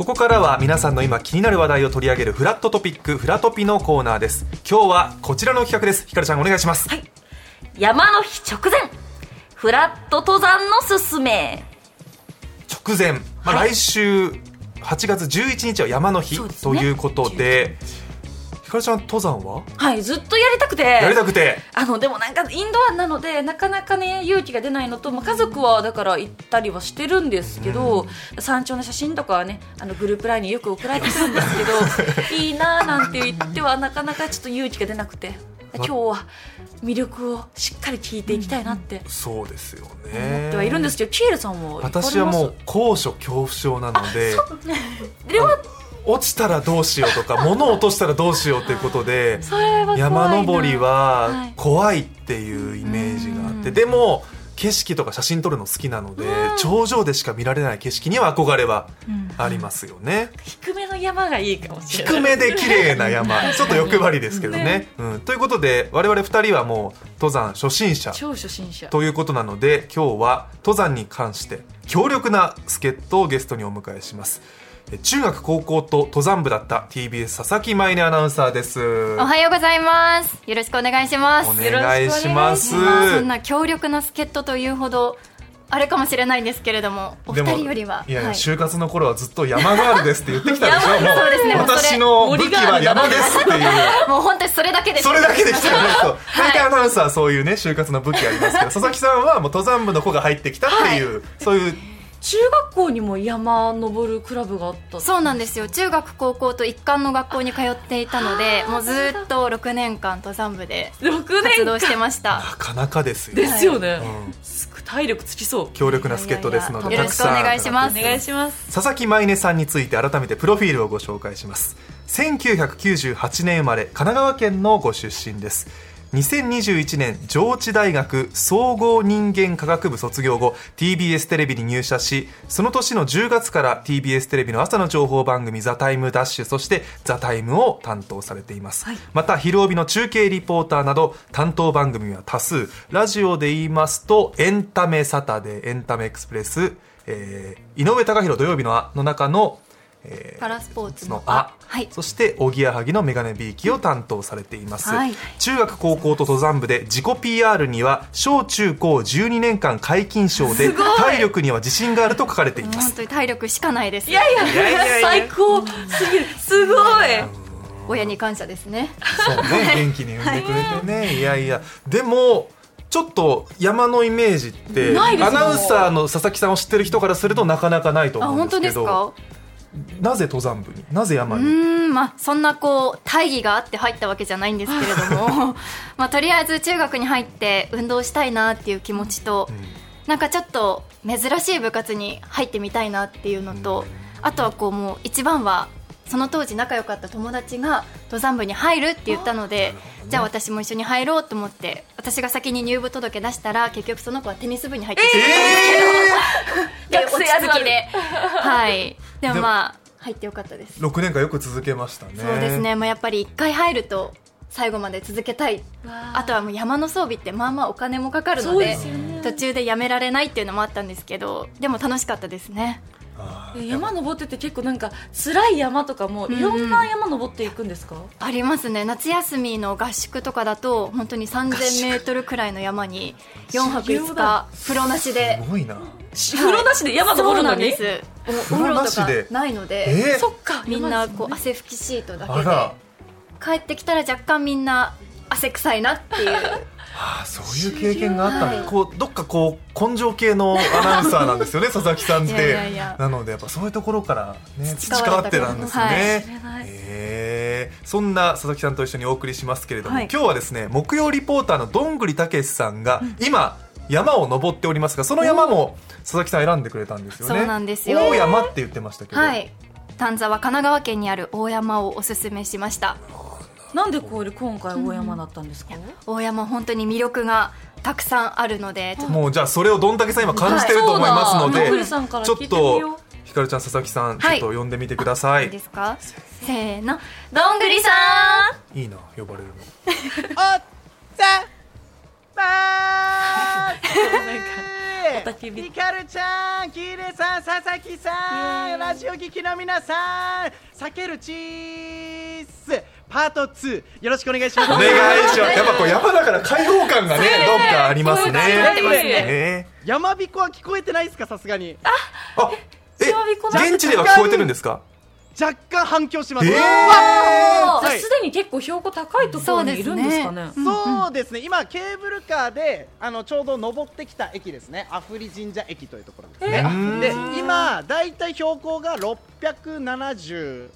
ここからは皆さんの今気になる話題を取り上げるフラットトピック、フラトピのコーナーです。今日はこちらの企画です。ひかるちゃんお願いします。 はい、山の日直前フラット登山のすすめ。 直前、来週8月11日は山の日、ということで、ひかるちゃん登山は？ はい、ずっとやりたくてでもなんかインドアなのでなかなかね勇気が出ないのと、家族はだから行ったりはしてるんですけど、山頂の写真とかはねグループラインによく送られてくるんですけどいいなーなんて言ってはなかなかちょっと勇気が出なくて、今日は魅力をしっかり聞いていきたいなって、 そうですよね、 思ってはいるんですけど、キエルさんも私はもう高所恐怖症なのででは落ちたらどうしようとか物を落としたらどうしようということで山登りは怖いっていうイメージがあって、でも景色とか写真撮るの好きなので、頂上でしか見られない景色には憧れはありますよね。 低めの山がいいかもしれない。 低めで綺麗な山ちょっと欲張りですけどね、ということで我々2人はもう登山初心者超初心者ということなので、今日は登山に関して強力な助っ人をゲストにお迎えします。中学高校と登山部だった TBS 佐々木舞音アナウンサーです。 おはようございます。よろしくお願いします。 お願いします。 そんな強力な助っ人というほどあれかもしれないんですけもお二人よりは就活の頃はずっと山ガールですって言ってきたでしょ。もうそうですね、 私の武器は山ですっていうもう本当にそれだけです。 それだけでしたよね。大体アナウンサーはそういうね就活の武器ありますけど、佐々木さんはもう登山部の子が入ってきたっていう、そういう中学校にも山登るクラブがあった。 そうなんですよ。中学高校と一貫の学校に通っていたので、もうずっと6年間登山部で活動してました。 なかなかですよ。 ですよね、体力つきそう。 強力な助っ人ですので、 よろしくお願いします。 お願いします。 佐々木舞音さんについて改めてプロフィールをご紹介します。1998年生まれ、神奈川県のご出身です。2021年上智大学総合人間科学部卒業後 TBS テレビに入社し、その年の10月から TBS テレビの朝の情報番組ザタイムダッシュ、そしてザタイムを担当されています、また昼帯の中継リポーターなど担当番組は多数。ラジオで言いますとエンタメサタデー、エンタメエクスプレス、井上貴博土曜日の中のパラスポーツのそしておぎやはぎのメガネビーキを担当されています、中学高校と登山部で自己 PR には小中高12年間皆勤賞で体力には自信があると書かれています。 本当に体力しかないです。 いや最高すぎる。すごい、 親に感謝ですね。 そうね、元気に産んでくれてね、いやでもちょっと山のイメージってアナウンサーの佐々木さんを知ってる人からするとなかなかないと思うんですけど、 本当ですか？ なぜ登山部に、なぜ山に？ そんな大義があって入ったわけじゃないんですけれどもとりあえず中学に入って運動したいなっていう気持ちと、なんかちょっと珍しい部活に入ってみたいなっていうのと、あとはもう一番はその当時仲良かった友達が登山部に入るって言ったので、じゃあ私も一緒に入ろうと思って、私が先に入部届出したら結局その子はテニス部に入ってしまったんですけど、落ち着きででも入ってよかったです。 6年間よく続けましたね。 そうですね、やっぱり1回入ると最後まで続けたい。あとはもう山の装備ってお金もかかるので、途中でやめられないっていうのもあったんですけど、でも楽しかったですね。 山登ってて結構なんか辛い山とかもいろんな山登っていくんですか？ ありますね。夏休みの合宿とかだと本当に3000メートルくらいの山に4泊5日風呂なしで。 すごいな。 風呂なしで山登るのに？ そうなんです。お風呂とかないので、 そっか、 みんな汗拭きシートだけで帰ってきたら若干みんな汗臭いなっていうそういう経験があったんで、どっか根性系のアナウンサーなんですよね佐々木さんって。なのでやっぱそういうところからね培わってたんですね。そんな佐々木さんと一緒にお送りしますけれども、今日はですね、木曜リポーターのどんぐりたけしさんが今山を登っておりますが、その山も佐々木さん選んでくれたんですよね。 そうなんですよ。 大山って言ってましたけど、 丹沢神奈川県にある大山をおすすめしました。 なんで今回大山だったんですか？ 大山本当に魅力がたくさんあるので、 もうじゃあそれをどんだけさん今感じてると思いますので、ちょっとひかるちゃん、佐々木さん、ちょっと呼んでみてください。 いいですか？せーの、どんぐりさん。いいな、呼ばれるの。 おっさまーひかるちゃん、きれさん、佐々木さん、ラジオ聞きの皆さん、避けるチーズパート2、よろしくお願いします。 お願いします。やっぱこう山だから開放感がね、どっかありますね。 山彦は聞こえてないですか、さすがに。 現地では聞こえてるんですか？ 若干反響します。 すでに結構標高高いところにいるんですかね。 そうですね、今ケーブルカーでちょうど登ってきた駅ですね、阿夫利神社駅というところですね。で今だいたい標高が678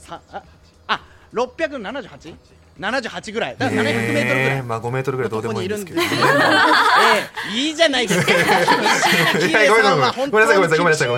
78ぐらい、だから700メートルぐらい、 まあ5メートルぐらいどうでもいいんですけど、 いいじゃないですか。 ごめんなさい。いやもう景色、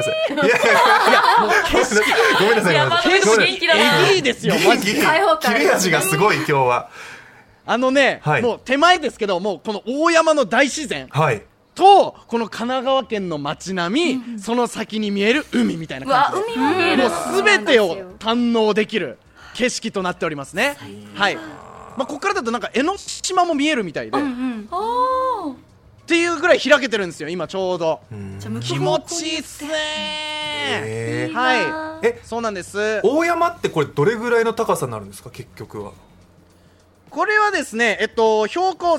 ごめんなさい。 景色いいですよ、マジで。 切れ味がすごい今日は。 もう手前ですけど、もうこの大山の大自然。とこの神奈川県の街並み、その先に見える海みたいな感じで、もうすべてを堪能できる景色となっておりますね。はい。ここからだとなんか江ノ島も見えるみたいで、っていうぐらい開けてるんですよ今ちょうど。気持ちいいっすね。はい。そうなんです。 大山ってこれどれぐらいの高さになるんですか、結局は。 これはですね、標高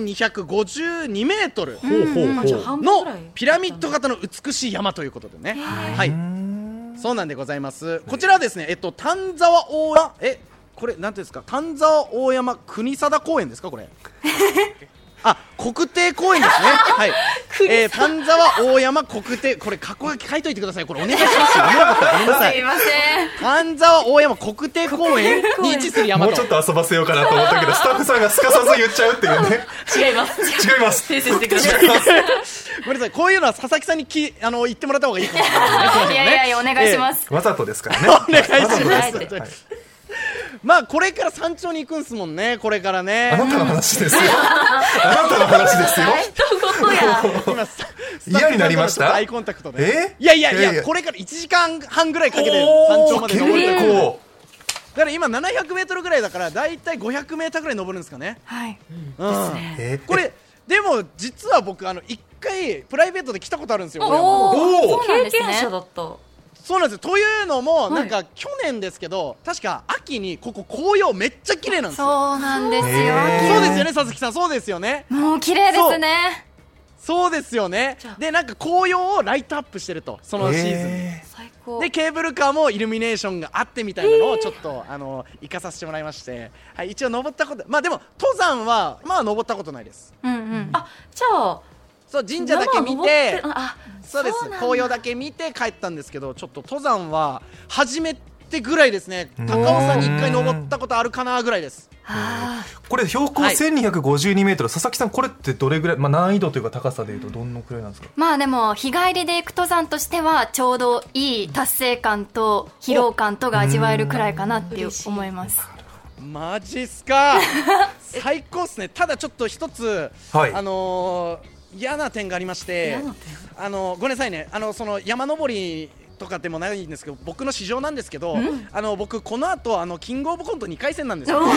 1252メートルのピラミッド型の美しい山ということでね。はい。そうなんでございます。こちらはですね、丹沢大山、これなんていうんですか、丹沢大山国定公園ですか、これ。国定公園ですね。はい。丹沢大山国定、これ過去書き書いといてください。これお願いしますよ。ごめんなさい。 すいません。 丹沢大山国定公園に位置する山と。 もうちょっと遊ばせようかなと思ったけど、スタッフさんがすかさず言っちゃうっていうね。 違います。 違います。 訂正してください。 ごめんなさい。こういうのは佐々木さんに言ってもらった方がいいかもしれないですね。 いやお願いします。 わざとですからね。 お願いします。まあこれから山頂に行くんすもんね、これからね。 あなたの話ですよ。あなたの話ですよ。 今嫌になりました。 アイコンタクトで。いやこれから1時間半ぐらいかけて山頂まで登るという。だから今700メートルぐらいだからだいたい500メートルぐらい登るんですかね。 はい。 これでも実は僕1回プライベートで来たことあるんですよ。 経験者だった。 そうなんですよ。というのもなんか去年ですけど、確か秋にここ紅葉めっちゃ綺麗なんですよ。 そうなんですよ。 そうですよね、佐々木さん。そうですよね。 もう綺麗ですね。 そうですよね。でなんか紅葉をライトアップしてると、そのシーズン最高でケーブルカーもイルミネーションがあってみたいなのをちょっと行かさせてもらいまして、はい、一応登ったこと、まあでも登山はまあ登ったことないです。 じゃあそう神社だけ見て、そうです、紅葉だけ見て帰ったんですけど、ちょっと登山は初めてぐらいですね。高尾山に1回登ったことあるかなぐらいです。 これ標高1252メートル、佐々木さんこれってどれぐらい、難易度というか高さでいうとどのくらいなんですか？ まあでも日帰りで行く登山としてはちょうどいい達成感と疲労感とが味わえるくらいかなって思います。 マジっすか。最高っすね。ただちょっと一つ、嫌な点がありまして、ごめんなさいね、その山登りとかでもないんですけど、僕の市場なんですけど、僕この後キングオブコント2回戦なんですよ。はい、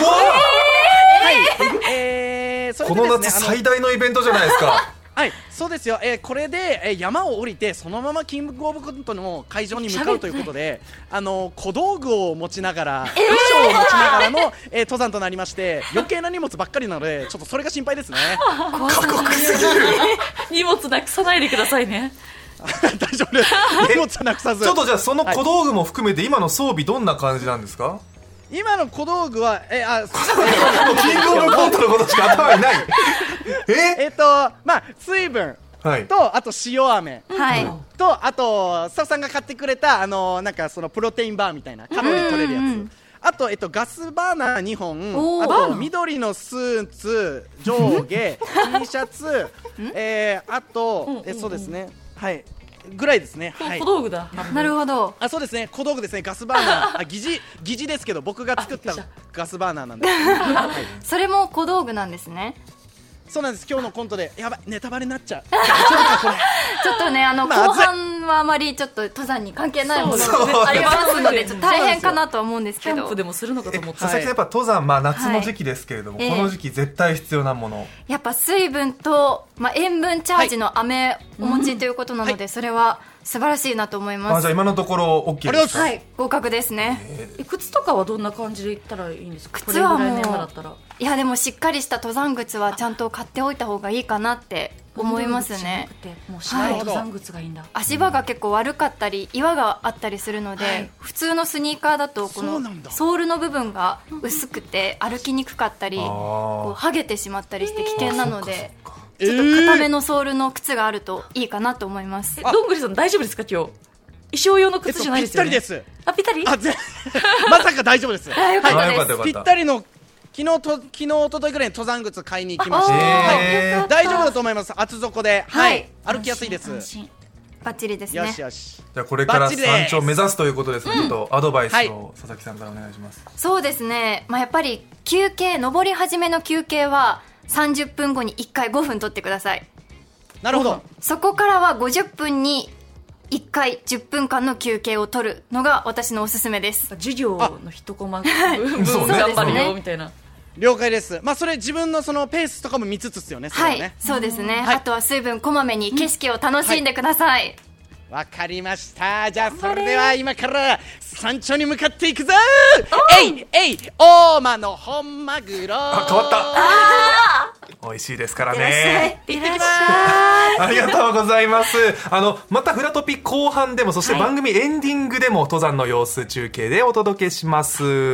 それでですね、 この夏最大のイベントじゃないですか。 はい、そうですよ。これで、山を降りてそのままキングオブコントの会場に向かうということで、小道具を持ちながら、衣装を持ちながらの、登山となりまして、余計な荷物ばっかりなのでちょっとそれが心配ですね。 過酷すぎる。 荷物なくさないでくださいね。 大丈夫です。荷物はなくさず。 ちょっとじゃあその小道具も含めて今の装備どんな感じなんですか？ 今の小道具はキングオブコントのことしか頭にない。 まあ水分と、あと塩飴と、あとスタッフさんが買ってくれたなんかそのプロテインバーみたいなカロリー取れるやつ、あとガスバーナー2本、あと緑のスーツ上下T シャツ、あとそうですね、はいぐらいですね。 小道具だ。 なるほど。 そうですね、小道具ですね。ガスバーナー、疑似ですけど僕が作ったガスバーナーなんで。 それも小道具なんですね。 そうなんです。今日のコントでやばいネタバレになっちゃう。 ちょっとね後半線はあまりちょっと登山に関係ないものがありますのでちょっと大変かなとは思うんですけど、 キャンプでもするのかと思って。 佐々木さんやっぱ登山、夏の時期ですけれども、この時期絶対必要なもの、 やっぱ水分と、塩分チャージの飴お持ちということなので、それは素晴らしいなと思います。 じゃあ今のところ OK ですか？ はい、合格ですね。 靴とかはどんな感じでいったらいいんですか？ 靴はもうこれぐらいの山だったら。 いやでもしっかりした登山靴はちゃんと買っておいた方がいいかなって思いますね。 もう白い登山靴がいいんだ。 足場が結構悪かったり岩があったりするので、普通のスニーカーだとこのソールの部分が薄くて歩きにくかったり、こう剥げてしまったりして危険なので、ちょっと固めのソールの靴があるといいかなと思います。 どんぐりさん大丈夫ですか？今日衣装用の靴じゃないですよね。 ぴったりです。 ぴったり？ まさか大丈夫です。 よかったです。 ぴったりの昨日一昨日ぐらいに登山靴買いに行きまして、大丈夫だと思います。厚底で、歩きやすいです。 バッチリですね。 よしよし。 じゃあこれから山頂を目指すということですので、ちょっとアドバイスを佐々木さんからお願いします。 そうですね。やっぱり休憩、登り始めの休憩は30分後に1回5分取ってください。 なるほど。 そこからは50分に1回10分間の休憩を取るのが私のおすすめです。 授業の一コマ分頑張るよみたいな。 了解です。それ自分のそのペースとかも見つつですよね。 そうですね。あとは水分こまめに景色を楽しんでください。 わかりました。じゃあそれでは今から山頂に向かっていくぞ。大間の本マグロ。 変わった。美味しいですからね。 いってきます。 ありがとうございます。またフラトピ後半でも、そして番組エンディングでも登山の様子中継でお届けします。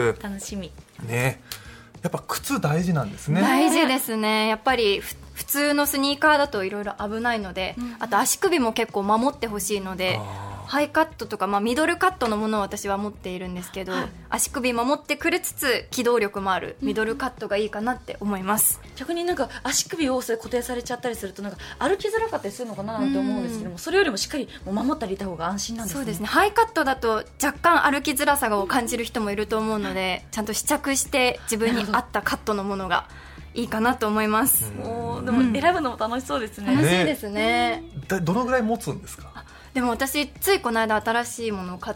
楽しみね。やっぱ靴大事なんですね。 大事ですね。やっぱり普通のスニーカーだといろいろ危ないので、あと足首も結構守ってほしいので、ハイカットとか、ミドルカットのものを私は持っているんですけど、足首守ってくれつつ機動力もあるミドルカットがいいかなって思います。 逆に足首を固定されちゃったりすると歩きづらかったりするのかなって思うんですけども、それよりもしっかり守ってあげた方が安心なんですね。 そうですね。ハイカットだと若干歩きづらさを感じる人もいると思うので、ちゃんと試着して自分に合ったカットのものがいいかなと思います。 でも選ぶのも楽しそうですね。 楽しいですね。 どのぐらい持つんですか？ でも私ついこの間新しいものを買って、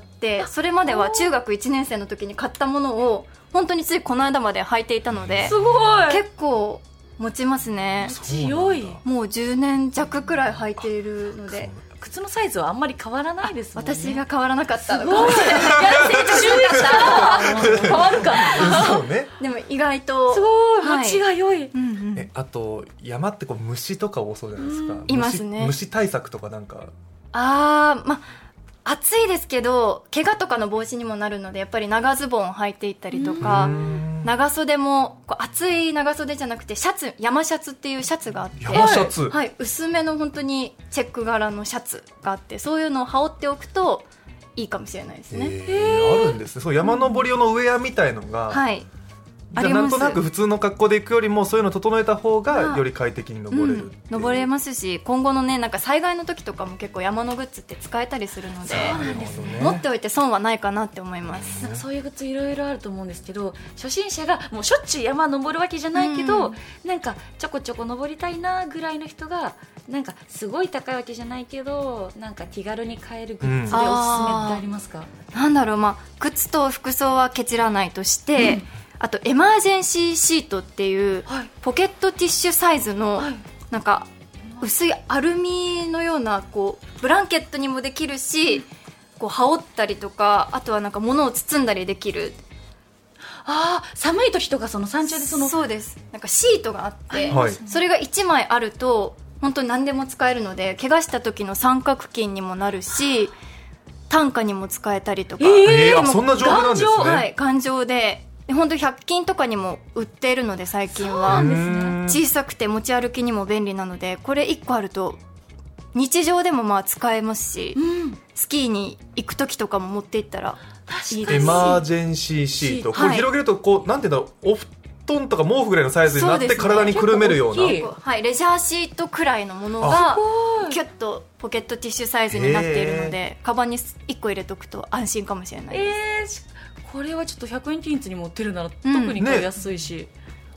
それまでは中学1年生の時に買ったものを本当についこの間まで履いていたので、 すごい結構持ちますね。 強い。 もう10年弱くらい履いているので、 靴のサイズはあんまり変わらないですもんね。 私が変わらなかったのかもしれない。変わるかそうね。 でも意外とすごい持ちが良い。 あと山って虫とか多そうじゃないですか。 いますね。 虫対策とかなんか。 暑いですけど怪我とかの防止にもなるので、やっぱり長ズボンを履いていったりとか、長袖も厚い長袖じゃなくて山シャツっていうシャツがあって、 山シャツ、 はい、薄めの本当にチェック柄のシャツがあって、そういうのを羽織っておくといいかもしれないですね。 あるんですね。そう山登り用のウェアみたいのが、じゃなんとなく普通の格好で行くよりもそういうの整えた方がより快適に登れる、 登れますし、今後のね災害の時とかも結構山のグッズって使えたりするので、持っておいて損はないかなって思います。 そういうグッズいろいろあると思うんですけど、初心者がもうしょっちゅう山登るわけじゃないけど、ちょこちょこ登りたいなぐらいの人がすごい高いわけじゃないけど気軽に買えるグッズでおすすめってありますか？ 靴と服装はケチらないとして、あとエマージェンシーシートっていうポケットティッシュサイズの薄いアルミのようなブランケットにもできるし、羽織ったりとか、あとは物を包んだりできる。 寒い時とか山頂でそうです。シートがあって、それが1枚あると本当に何でも使えるので、怪我した時の三角巾にもなるし、担架にも使えたりとか。 そんな丈夫なんですね。 頑丈で本当100均とかにも売っているので、最近は小さくて持ち歩きにも便利なので、これ1個あると日常でも使えますし、スキーに行く時とかも持っていったらいいですし。 エマージェンシーシート、これ広げるとなんていうんだろう、お布団とか毛布ぐらいのサイズになって体にくるめるような、 レジャーシートくらいのものがキュッとポケットティッシュサイズになっているので、カバンに1個入れとくと安心かもしれないです。 これはちょっと100円均一に持ってるなら特に買いやすいし、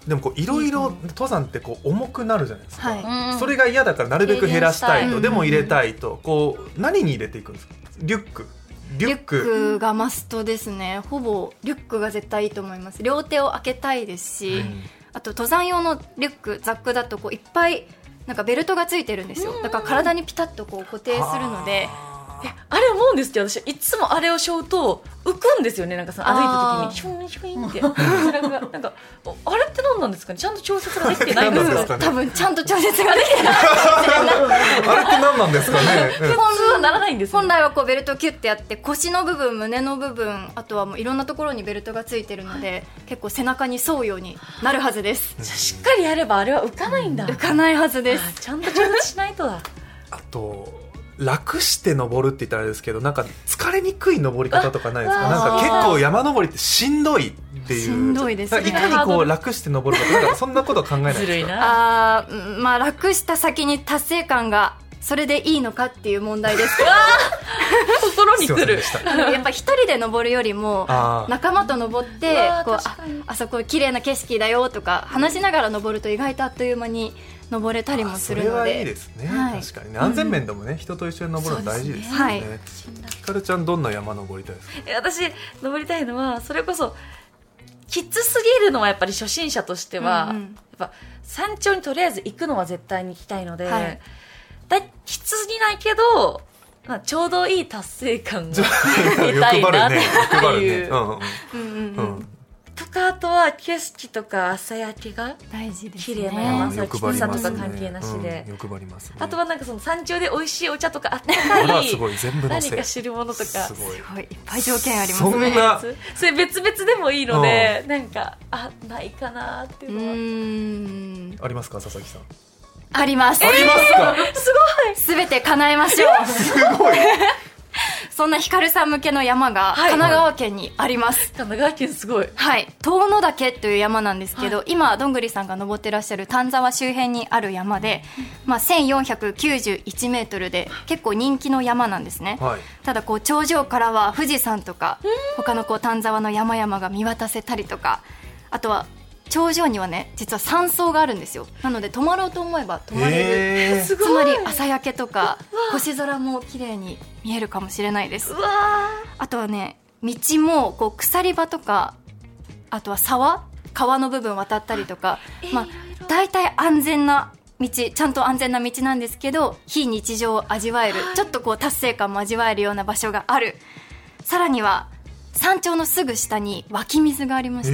でもこういろいろ登山ってこう重くなるじゃないですか、はい、それが嫌だからなるべく減らしたいと、でも入れたいと、こう何に入れていくんですか？リュックがマストですね。ほぼリュックが絶対いいと思います。両手を開けたいですし、あと登山用のリュック、ザックだとこういっぱいなんかベルトがついてるんですよ。だから体にピタッとこう固定するので、 あれ思うんですけど、私いつもあれを背負うと浮くんですよね。なんかさ、歩いた時にシュンシュンって背中がなんかあれって何なんですかね。ちゃんと調節ができてないんですか？ 多分ちゃんと調節ができてないあれって何なんですかね。 普通はならないんですよ、ね、 本来はこうベルトをキュッてやって腰の部分、胸の部分、あとはもういろんなところにベルトがついてるので、結構背中に沿うようになるはずです。 しっかりやればあれは浮かないんだ。 浮かないはずです。 ちゃんと調節しないとだ。 あと楽して登るって言ったらあれですけど、なんか疲れにくい登り方とかないですか？なんか結構山登りってしんどいっていう、 しんどいですね。 いかにこう楽して登るかとか、なんかそんなこと考えないですか？ ずるいな。 まあ楽した先に達成感がそれでいいのかっていう問題です。 心にくる。 やっぱ一人で登るよりも仲間と登ってこう あそこ綺麗な景色だよとか話しながら登ると意外とあっという間に登れたりもするので、 それはいいですね、はい、確かにね、安全面でもね、人と一緒に登るの大事ですよね。はい、ひかるちゃんどんな山登りたいですか？ 私登りたいのはそれこそきつすぎるのはやっぱり初心者としては、やっぱ山頂にとりあえず行くのは絶対に行きたいので、はい、きつすぎないけど、ちょうどいい達成感が得たいなっていうとか、あとは景色とか朝焼けが大事ですね。 綺麗な山、きつさとか関係なしで、 欲張りますね。 あとはなんかその山頂で美味しいお茶とかあったかいすごい全部のせ何か汁物とかすごいいっぱい条件ありますね。 それ別々でもいいので、なんかないかなっていうのは。 ありますか、佐々木さん？ あります。 ありますか？ すごい。 すべて叶えましょう。 すごい。 そんなひかるさん向けの山が神奈川県にあります。 神奈川県すごい。 はい。遠野岳という山なんですけど、今どんぐりさんが登ってらっしゃる丹沢周辺にある山で、1491メートルで結構人気の山なんですね。はい、ただこう頂上からは富士山とか他のこう丹沢の山々が見渡せたりとか、あとは頂上にはね、実は山荘があるんですよ。なので泊まろうと思えば泊まれる。つまり朝焼けとか星空も綺麗に見えるかもしれないです。あとはね、道もこう鎖場とか、あとは川の部分渡ったりとか、大体安全な道、ちゃんと安全な道なんですけど、非日常を味わえる、ちょっとこう達成感も味わえるような場所がある。さらには山頂のすぐ下に湧き水がありまして、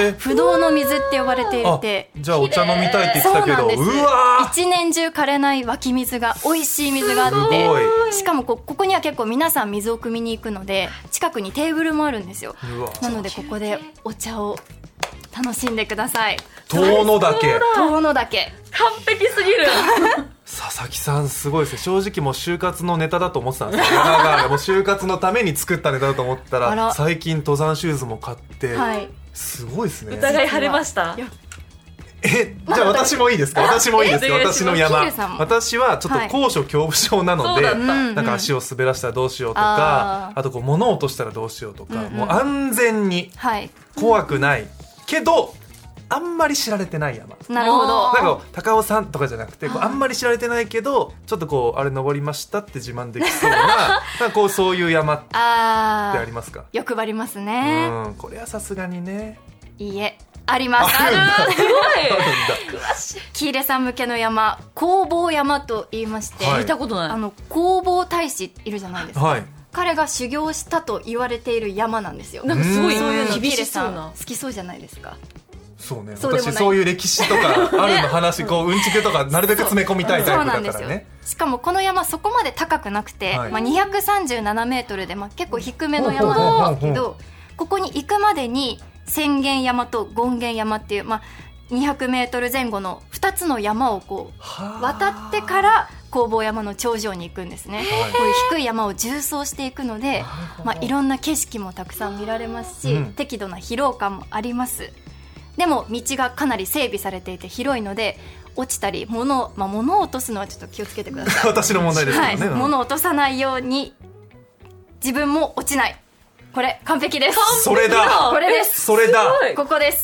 不動の水って呼ばれていて、 じゃあお茶飲みたいって言ってたけど、 うわ、一年中枯れない湧き水が、美味しい水があって、しかもここには結構皆さん水を汲みに行くので、近くにテーブルもあるんですよ。なのでここでお茶を楽しんでください。 遠野岳完璧すぎる。 佐々木さんすごいですね。正直もう就活のネタだと思ってたんですよ。もう就活のために作ったネタだと思ったら、最近登山シューズも買って、すごいですね。 疑い晴れました。 じゃあ私もいいですか？私の山。私はちょっと高所恐怖症なので、なんか足を滑らしたらどうしようとか、あとこう物を落としたらどうしようとか、もう安全に怖くないけどあんまり知られてない山。 なるほど。 なんか高尾山とかじゃなくて、こうあんまり知られてないけどちょっとこうあれ登りましたって自慢できそうななんかこうそういう山ってありますか？ 欲張りますね。 これはさすがにね。 いいえ、あります。 すごい詳しい。 喜入さん向けの山、弘法山と言いまして、 見たことない。 弘法大師いるじゃないですか。彼が修行したと言われている山なんですよ。 なんかすごいそういうの厳しそうな。 好きそうじゃないですか。 そうね、私そういう歴史とかあるの話、こううんちくとかなるべく詰め込みたいタイプだからね。 しかもこの山そこまで高くなくて、237メートルで、結構低めの山なんですけど、ここに行くまでに浅間山と権現山っていう、200メートル前後の2つの山をこう渡ってから弘法山の頂上に行くんですね。こういう低い山を縦走していくので、いろんな景色もたくさん見られますし、適度な疲労感もあります。でも道がかなり整備されていて広いので、落ちたり物を落とすのはちょっと気をつけてください。 私の問題ですからね。 物を落とさないように、自分も落ちない。これ完璧です。 それだ。 これです。 それだ。 ここです。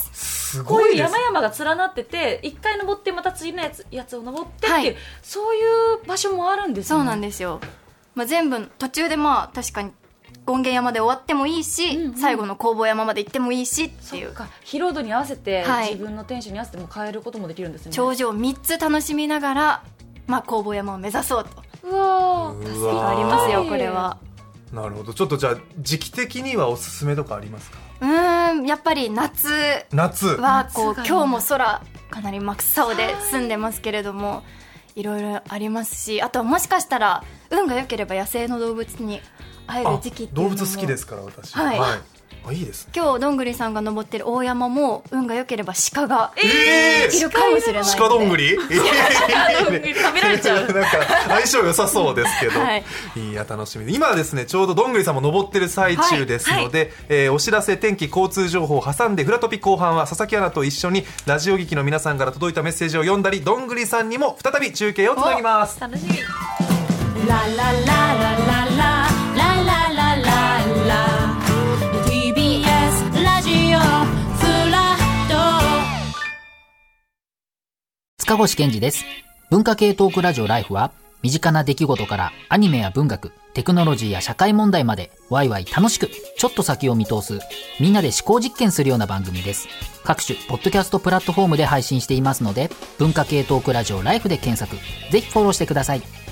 こういう山々が連なってて一回登ってまた次のやつを登ってっていう、そういう場所もあるんですよね。 そうなんですよ、全部途中で確かに権現山で終わってもいいし、最後の弘法山まで行ってもいいしっていう、 疲労度に合わせて、自分のテンションに合わせても変えることもできるんですよね。 頂上3つ楽しみながら、弘法山を目指そうと。 うわー、 助けがありますよこれは。 なるほど。ちょっとじゃあ時期的にはおすすめとかありますか？ やっぱり夏は今日も空かなり真っ青で澄んでますけれども、いろいろありますし、あとはもしかしたら運が良ければ野生の動物に会える時期っていうのも。 動物好きですから私。いいですね。 今日どんぐりさんが登ってる大山も運が良ければ鹿がいるかもしれないので。 鹿どんぐり食べられちゃう。 なんか相性良さそうですけど、いや楽しみで。今はですねちょうどどんぐりさんも登ってる最中ですので、お知らせ、天気、交通情報を挟んでフラトピ後半は佐々木アナと一緒にラジオ劇の皆さんから届いたメッセージを読んだり、どんぐりさんにも再び中継をつなぎます。 楽しみ。 ラララララララララララ塚越健二です。文化系トークラジオライフは、身近な出来事からアニメや文学、テクノロジーや社会問題までワイワイ楽しくちょっと先を見通す、みんなで思考実験するような番組です。各種ポッドキャストプラットフォームで配信していますので、文化系トークラジオライフで検索、ぜひフォローしてください。